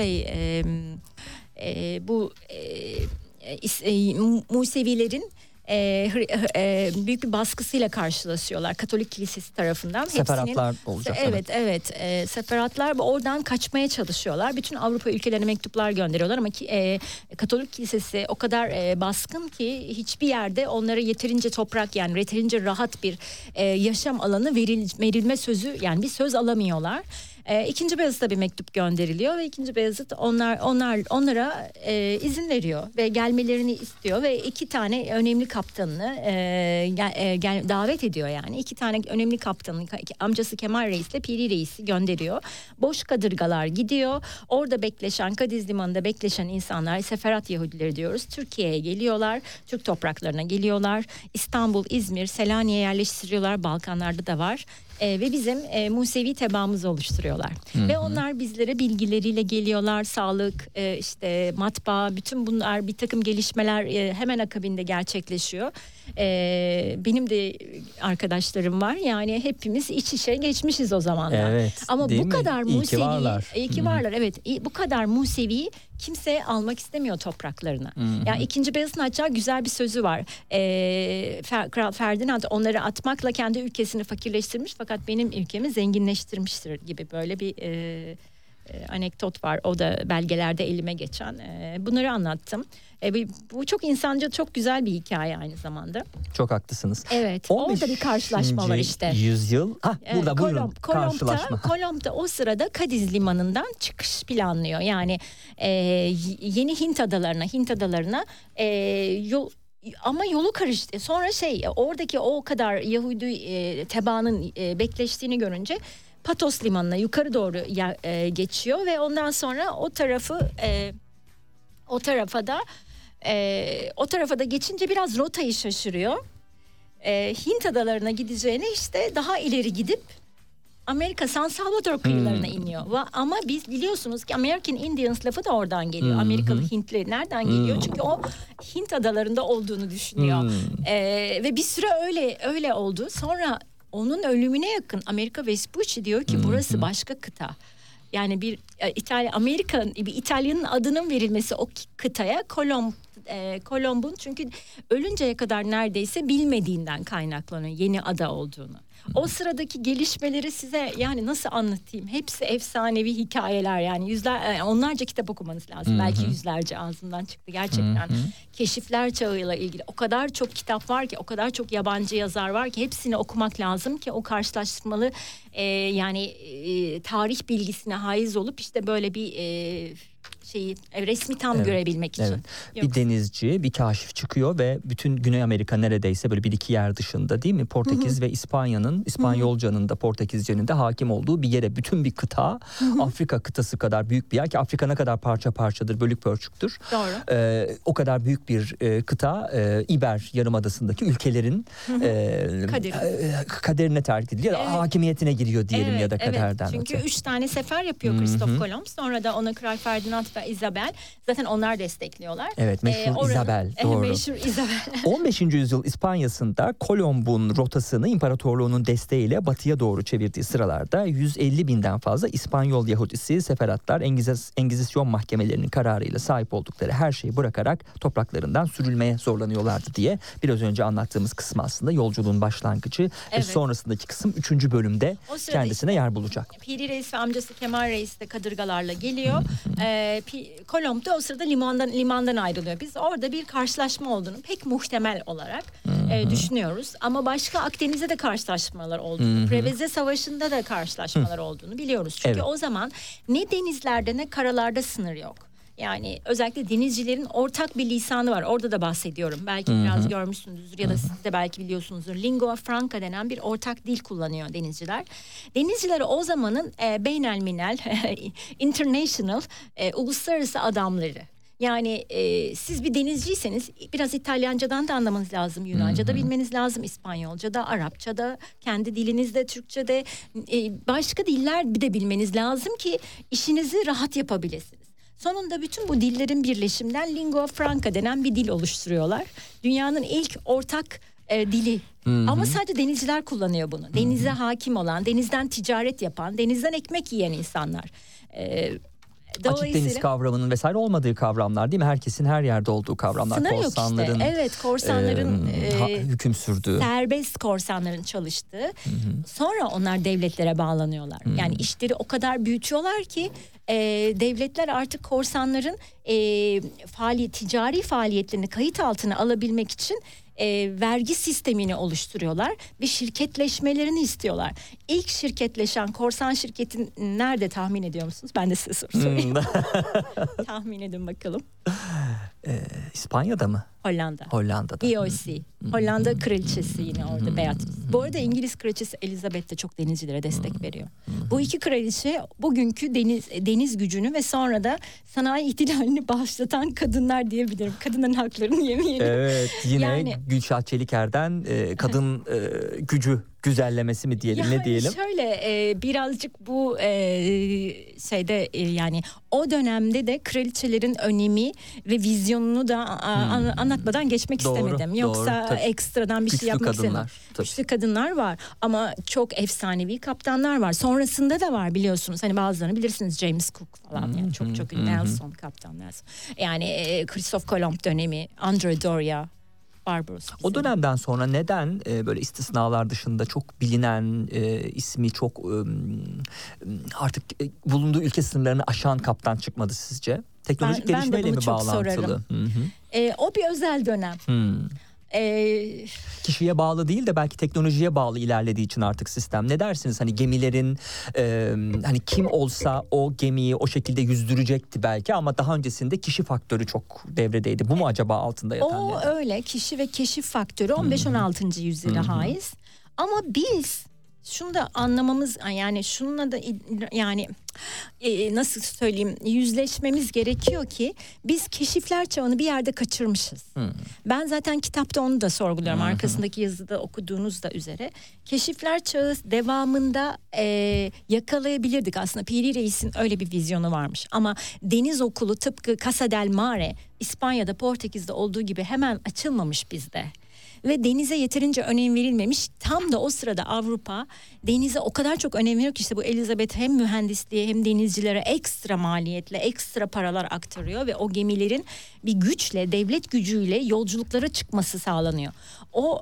Musevilerin büyük bir baskısıyla karşılaşıyorlar Katolik Kilisesi tarafından. Separatlar olacak. Evet. Separatlar oradan kaçmaya çalışıyorlar. Bütün Avrupa ülkelerine mektuplar gönderiyorlar ama Katolik Kilisesi o kadar baskın ki hiçbir yerde onlara yeterince toprak, yani yeterince rahat bir yaşam alanı verilme sözü, yani bir söz alamıyorlar. İkinci Beyazıt'a bir mektup gönderiliyor ve İkinci Beyazıt onlara izin veriyor ve gelmelerini istiyor ve 2 tane önemli kaptanını davet ediyor yani. 2 tane önemli kaptanını, amcası Kemal Reis ile Piri Reis'i gönderiyor. Boş kadırgalar gidiyor. Orada bekleşen, Kadiz Limanı'nda bekleşen insanlar, Seferat Yahudileri diyoruz. Türkiye'ye geliyorlar. Türk topraklarına geliyorlar. İstanbul, İzmir, Selanik'e yerleştiriyorlar. Balkanlarda da var. Ve bizim Musevi tebaamızı oluşturuyorlar. Ve onlar bizlere bilgileriyle geliyorlar. Sağlık, işte matbaa, bütün bunlar, bir takım gelişmeler hemen akabinde gerçekleşiyor. Benim de arkadaşlarım var. Yani hepimiz iç içe geçmişiz o zamanlar. Evet, ama bu kadar Musevi, İyi ki varlar. İyi ki varlar. Evet, bu kadar Musevi kimse almak istemiyor topraklarına. Yani 2. Beyazıt'ın hatta güzel bir sözü var. Kral Ferdinand onları atmakla kendi ülkesini fakirleştirmiş fakat benim ülkemi zenginleştirmiştir gibi böyle bir anekdot var. O da belgelerde elime geçen. Bunları anlattım. Bu çok insanca, çok güzel bir hikaye aynı zamanda. Çok haklısınız. Evet. Orada bir karşılaşma var işte. Yüzyıl. Burada buyurun. Karşılaşma. Kolomb da o sırada Kadiz limanından çıkış planlıyor. Yani yeni Hint adalarına yol. Ama yolu karıştı. Sonra oradaki o kadar Yahudi tebaanın bekleştiğini görünce Patos limanına yukarı doğru geçiyor ve ondan sonra o tarafa da geçince biraz rotayı şaşırıyor. Hint adalarına gideceğine işte daha ileri gidip Amerika San Salvador kıyılarına iniyor. Ama biz biliyorsunuz ki American Indians lafı da oradan geliyor. Amerikalı Hintli nereden geliyor? Çünkü o Hint adalarında olduğunu düşünüyor. Ve bir süre öyle oldu. Sonra onun ölümüne yakın Amerika Vespucci diyor ki burası başka kıta. Yani bir İtalyanın adının verilmesi o kıtaya Kolomb'un çünkü ölünceye kadar neredeyse bilmediğinden kaynaklanıyor yeni ada olduğunu. O sıradaki gelişmeleri size yani nasıl anlatayım? Hepsi efsanevi hikayeler yani onlarca kitap okumanız lazım. Belki yüzlerce ağzımdan çıktı gerçekten. Keşifler çağıyla ilgili o kadar çok kitap var ki, o kadar çok yabancı yazar var ki hepsini okumak lazım ki o karşılaştırmalı tarih bilgisine haiz olup işte böyle bir resmi tam görebilmek için. Evet. Bir denizci, bir kaşif çıkıyor ve bütün Güney Amerika neredeyse böyle bir iki yer dışında değil mi? Portekiz ve İspanyolcanın da Portekizcenin de hakim olduğu bir yere, bütün bir kıta, Afrika kıtası kadar büyük bir yer ki Afrika ne kadar parça parçadır, bölük pörçüktür. Doğru. O kadar büyük bir kıta İber Yarımadası'ndaki ülkelerin kaderine terk ediliyor. Evet. Hakimiyetine giriyor diyelim ya da kaderden. Çünkü 3 tane sefer yapıyor Christoph Kolomb. Sonra da ona Kral Ferdinand ve Isabel. Zaten onlar destekliyorlar. Evet, meşhur Isabel. Doğru. Meşhur Isabel. 15. yüzyıl İspanya'sında Kolomb'un rotasını imparatorluğunun desteğiyle batıya doğru çevirdiği sıralarda 150 binden fazla İspanyol Yahudisi seferatlar Engizisyon mahkemelerinin kararıyla sahip oldukları her şeyi bırakarak topraklarından sürülmeye zorlanıyorlardı diye biraz önce anlattığımız kısım aslında yolculuğun başlangıcı ve sonrasındaki kısım 3. bölümde kendisine yer bulacak. Piri Reis ve amcası Kemal Reis de kadırgalarla geliyor. Kolomb da o sırada limandan ayrılıyor. Biz orada bir karşılaşma olduğunu pek muhtemel olarak düşünüyoruz. Ama başka Akdeniz'de de karşılaşmalar olduğunu, Preveze Savaşı'nda da karşılaşmalar olduğunu biliyoruz. Çünkü o zaman ne denizlerde ne karalarda sınır yok. Yani özellikle denizcilerin ortak bir lisanı var. Orada da bahsediyorum. Belki biraz görmüşsünüzdür ya da siz de belki biliyorsunuzdur. Lingua franca denen bir ortak dil kullanıyor denizciler. Denizciler o zamanın beynelminel, international, uluslararası adamları. Yani siz bir denizciyseniz biraz İtalyancadan da anlamanız lazım. Yunanca da bilmeniz lazım. İspanyolca da, Arapça da, kendi dilinizde, Türkçe de, başka diller de bilmeniz lazım ki işinizi rahat yapabilirsiniz. Sonunda bütün bu dillerin birleşiminden lingua franca denen bir dil oluşturuyorlar. Dünyanın ilk ortak dili. Ama sadece denizciler kullanıyor bunu. Denize hakim olan, denizden ticaret yapan, denizden ekmek yiyen insanlar. Açık deniz kavramının vesaire olmadığı kavramlar değil mi? Herkesin her yerde olduğu kavramlar. Sınır korsanların, yok işte. Evet, korsanların hüküm sürdüğü. Serbest korsanların çalıştığı. Sonra onlar devletlere bağlanıyorlar. Yani işleri o kadar büyütüyorlar ki devletler artık korsanların ticari faaliyetlerini kayıt altına alabilmek için vergi sistemini oluşturuyorlar ve şirketleşmelerini istiyorlar. İlk şirketleşen korsan şirketin nerede tahmin ediyor musunuz? Ben de size soru sorayım. Tahmin edin bakalım. İspanya'da mı? Hollanda'da. EOC. Hollanda kraliçesi yine orada Beatrice. Bu arada İngiliz kraliçesi Elizabeth de çok denizcilere destek veriyor. Bu iki kraliçe bugünkü deniz gücünü ve sonra da sanayi ihtilalini başlatan kadınlar diyebilirim. Kadınların haklarını yemeyelim. Evet, yine Gülşah Çeliker'den kadın gücü güzellemesi mi diyelim, ne diyelim? Şöyle birazcık bu yani o dönemde de kraliçelerin önemi ve vizyonunu da anlatmadan geçmek istemedim. Yoksa ekstradan bir güçlü şey yapmak istemedim. Güçlü kadınlar var ama çok efsanevi kaptanlar var. Sonrasında da var biliyorsunuz. Hani bazılarını bilirsiniz, James Cook falan yani çok Nelson, kaptan Nelson. Yani Christoph Kolomb dönemi, Andre Doria. Barbaros. O dönemden sonra neden böyle istisnalar dışında çok bilinen, ismi çok artık bulunduğu ülke sınırlarını aşan kaptan çıkmadı sizce? Teknolojik gelişmeyle mi bağlantılı? O bir özel dönem. Kişiye bağlı değil de belki teknolojiye bağlı ilerlediği için artık sistem. Ne dersiniz? Hani gemilerin hani kim olsa o gemiyi o şekilde yüzdürecekti belki ama daha öncesinde kişi faktörü çok devredeydi. Bu mu acaba altında yatan? O öyle, kişi ve keşif faktörü 15-16. yüzyıla haiz. Ama biz şunu da anlamamız, yani şununla da yani nasıl söyleyeyim, yüzleşmemiz gerekiyor ki biz keşifler çağını bir yerde kaçırmışız. Ben zaten kitapta onu da sorguluyorum. Arkasındaki yazıda okuduğunuz da üzere. Keşifler çağı devamında yakalayabilirdik aslında. Piri Reis'in öyle bir vizyonu varmış. Ama deniz okulu tıpkı Casa del Mare, İspanya'da, Portekiz'de olduğu gibi hemen açılmamış bizde. Ve denize yeterince önem verilmemiş. Tam da o sırada Avrupa denize o kadar çok önem veriyor ki işte bu Elizabeth hem mühendisliğe hem denizcilere ekstra maliyetle ekstra paralar aktarıyor ve o gemilerin bir güçle, devlet gücüyle yolculuklara çıkması sağlanıyor. O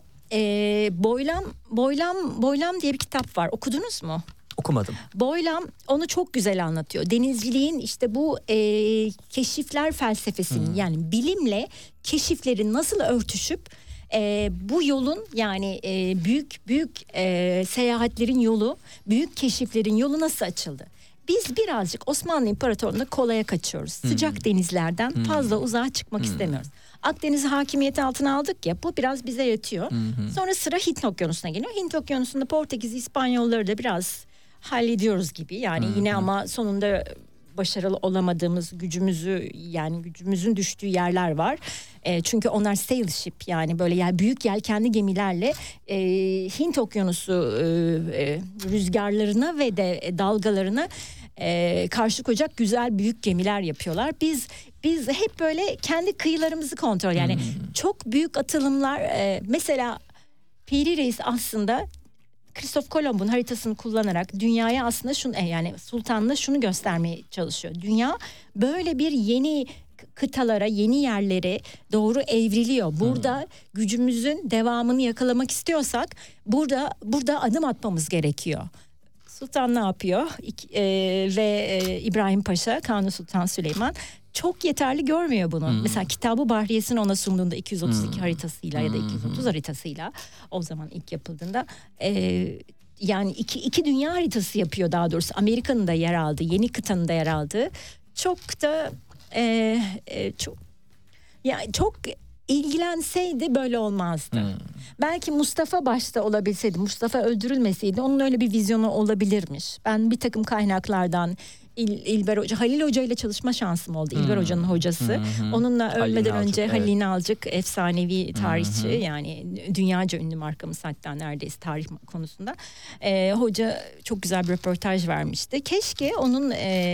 Boylam diye bir kitap var. Okudunuz mu? Okumadım. Boylam onu çok güzel anlatıyor. Denizciliğin işte bu keşifler felsefesinin yani bilimle keşiflerin nasıl örtüşüp bu yolun yani büyük seyahatlerin yolu, büyük keşiflerin yolu nasıl açıldı? Biz birazcık Osmanlı İmparatorluğu'nda kolaya kaçıyoruz. Sıcak denizlerden fazla uzağa çıkmak istemiyoruz. Akdeniz'i hakimiyeti altına aldık ya, bu biraz bize yetiyor. Sonra sıra Hint Okyanusu'na geliyor. Hint Okyanusu'nda Portekiz, İspanyolları da biraz hallediyoruz gibi. Yani yine ama sonunda başarılı olamadığımız, gücümüzün düştüğü yerler var. Çünkü onlar sail ship, yani böyle büyük yelkenli gemilerle Hint Okyanusu rüzgarlarına ve de dalgalarına karşı koyacak güzel büyük gemiler yapıyorlar. Biz hep böyle kendi kıyılarımızı kontrol, yani çok büyük atılımlar, mesela Piri Reis aslında Christoph Kolomb'un haritasını kullanarak dünyaya aslında yani sultanla şunu göstermeye çalışıyor. Dünya böyle bir yeni kıtalara, yeni yerlere doğru evriliyor. Burada gücümüzün devamını yakalamak istiyorsak burada adım atmamız gerekiyor. Sultan ne yapıyor? Ve İbrahim Paşa, Kanuni Sultan Süleyman çok yeterli görmüyor bunu. Mesela Kitab-ı Bahriyesini ona sunduğunda 232 haritasıyla ya da 230 haritasıyla, o zaman ilk yapıldığında yani iki dünya haritası yapıyor daha doğrusu. Amerika'nın da yer aldığı, yeni kıtanın da yer aldığı, çok da çok ilgilenseydi böyle olmazdı. Belki Mustafa başta olabilseydi, Mustafa öldürülmeseydi onun öyle bir vizyonu olabilirmiş. Ben bir takım kaynaklardan İlber Hoca, Halil Hoca ile çalışma şansım oldu. İlber Hoca'nın hocası. Onunla ölmeden önce Halil Nalcık, efsanevi tarihçi, yani dünyaca ünlü markamız hatta neredeyse tarih konusunda. Hoca çok güzel bir röportaj vermişti. Keşke onun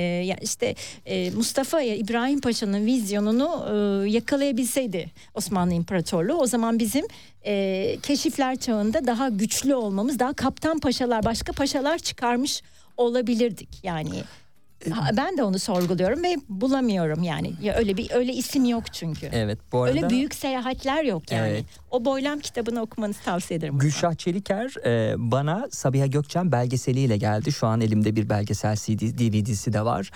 Mustafa'ya, İbrahim Paşa'nın vizyonunu yakalayabilseydi Osmanlı İmparatorluğu. O zaman bizim keşifler çağında daha güçlü olmamız, daha kaptan paşalar, başka paşalar çıkarmış olabilirdik yani. Ben de onu sorguluyorum ve bulamıyorum yani. Ya öyle isim yok çünkü. Evet, bu arada öyle büyük seyahatler yok yani. Evet. O Boylam kitabını okumanızı tavsiye ederim. Gülşah Çeliker bana Sabiha Gökçen belgeseliyle geldi. Şu an elimde bir belgesel DVD'si de var.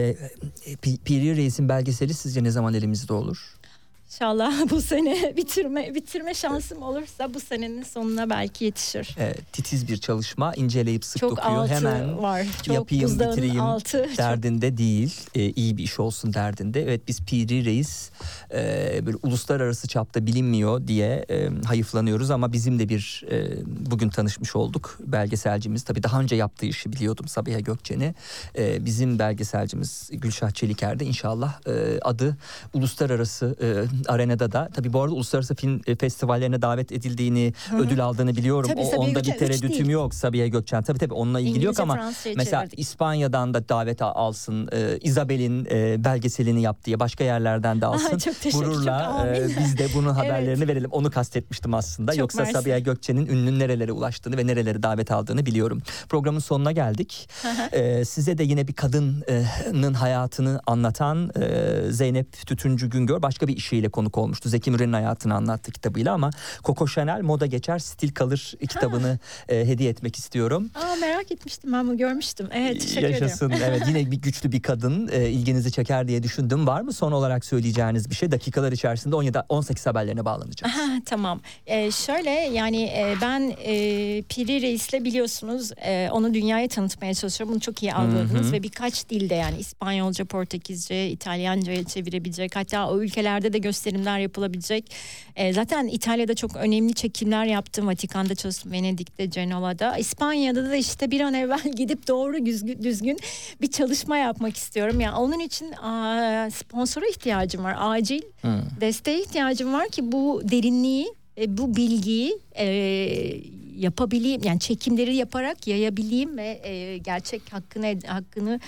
Piri Reis'in belgeseli sizce ne zaman elimizde olur? İnşallah bu sene bitirme şansım olursa bu senenin sonuna belki yetişir. Titiz bir çalışma, inceleyip sık çok dokuyor. Hemen var. Çok yapayım, bitireyim derdinde değil. İyi bir iş olsun derdinde. Evet, biz Piri Reis böyle uluslararası çapta bilinmiyor diye hayıflanıyoruz ama bizim de bir bugün tanışmış olduk. Belgeselcimiz, tabii daha önce yaptığı işi biliyordum, Sabiha Gökçen'i. Bizim belgeselcimiz Gülşah Çeliker'de inşallah adı uluslararası arenada da, tabii bu arada uluslararası film festivallerine davet edildiğini, ödül aldığını biliyorum. Tabii, onda bir tereddütüm yok. Sabiha Gökçen tabii onunla ilgili yok ama mesela İspanya'dan da davet alsın, İzabel'in belgeselini yap diye, başka yerlerden de alsın. Gururla biz de bunun haberlerini verelim. Onu kastetmiştim aslında. Çok Yoksa Sabiha Gökçen'in ününün nerelere ulaştığını ve nereleri davet aldığını biliyorum. Programın sonuna geldik. Size de yine bir kadının hayatını anlatan Zeynep Tütüncü Güngör başka bir işiyle bile konuk olmuştu. Zeki Müren'in hayatını anlattı kitabıyla ama Coco Chanel moda geçer stil kalır kitabını hediye etmek istiyorum. Merak etmiştim, ben bunu görmüştüm. Evet, teşekkür Yaşasın. ederim. Evet, yine bir güçlü bir kadın ilginizi çeker diye düşündüm. Var mı son olarak söyleyeceğiniz bir şey? Dakikalar içerisinde 17-18 haberlerine bağlanacağız. Tamam. Şöyle yani ben Piri Reis'le biliyorsunuz onu dünyaya tanıtmaya çalışıyorum. Bunu çok iyi algıladınız ve birkaç dilde yani İspanyolca, Portekizce, İtalyanca'ya çevirebilecek. Hatta o ülkelerde de gösterimler yapılabilecek. Zaten İtalya'da çok önemli çekimler yaptım. Vatikan'da çalıştım, Venedik'te, Cenova'da. İspanya'da da işte bir an evvel gidip doğru düzgün bir çalışma yapmak istiyorum. Yani onun için sponsora ihtiyacım var. Acil desteğe ihtiyacım var ki bu derinliği, bu bilgiyi yapabileyim. Yani çekimleri yaparak yayabileyim ve gerçek hakkını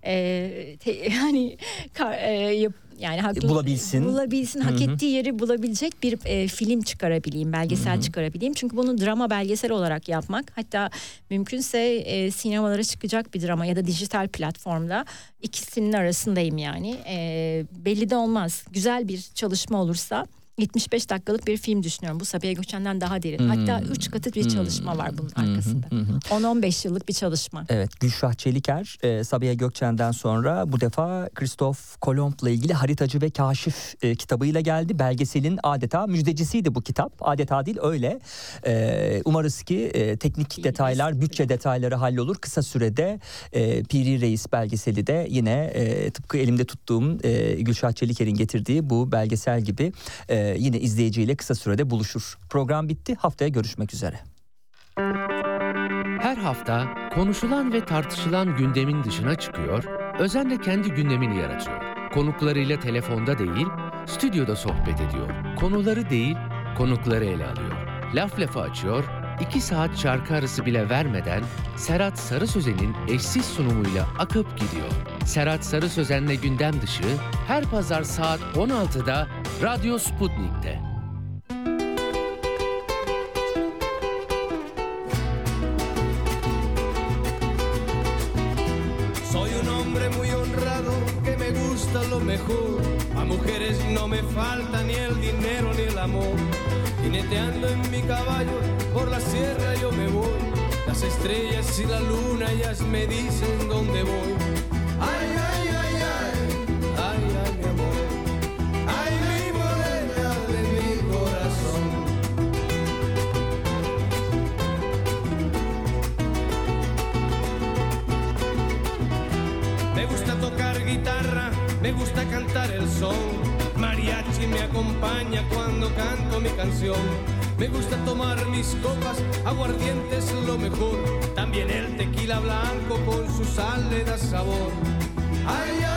bulabilsin, hak ettiği yeri bulabilecek bir film çıkarabileyim, belgesel çıkarabileyim. Çünkü bunu drama belgesel olarak yapmak, hatta mümkünse sinemalara çıkacak bir drama ya da dijital platformda, ikisinin arasındayım yani. Belli de olmaz. Güzel bir çalışma olursa 75 dakikalık bir film düşünüyorum. Bu Sabiha Gökçen'den daha derin. Hatta 3 katı bir çalışma var bunun arkasında. 10-15 yıllık bir çalışma. Evet, Gülşah Çeliker Sabiha Gökçen'den sonra bu defa Christoph Kolomb'la ilgili Haritacı ve Kaşif kitabıyla geldi. Belgeselin adeta müjdecisiydi bu kitap. Adeta değil, öyle. Umarız ki teknik detaylar, bütçe detayları hallolur. Kısa sürede Piri Reis belgeseli de yine tıpkı elimde tuttuğum Gülşah Çeliker'in getirdiği bu belgesel gibi yine izleyiciyle kısa sürede buluşur. Program bitti. Haftaya görüşmek üzere. Her hafta konuşulan ve tartışılan gündemin dışına çıkıyor, özenle kendi gündemini yaratıyor. Konuklarıyla telefonda değil, stüdyoda sohbet ediyor. Konuları değil, konukları ele alıyor. Laf lafı açıyor, 2 saat şarkı arası bile vermeden Serhat Sarı Sözen'in eşsiz sunumuyla akıp gidiyor. Serhat Sarı Sözen'le gündem dışı her pazar saat 16'da Radyo Sputnik'te. Soy un hombre muy honrado que me gusta lo mejor. A mujeres no me falta ni el dinero ni el amor. Jineteando en mi caballo por la sierra yo me voy. Las estrellas y la luna ellas me dicen dónde voy. Ay, ay, ay, ay, ay, ay, mi amor. Ay, mi morena de mi corazón. Me gusta tocar guitarra, me gusta cantar el son. Mariachi me acompaña cuando canto mi canción. Me gusta tomar mis copas, aguardiente es lo mejor. También el tequila blanco con su sal le da sabor. Ay, ay.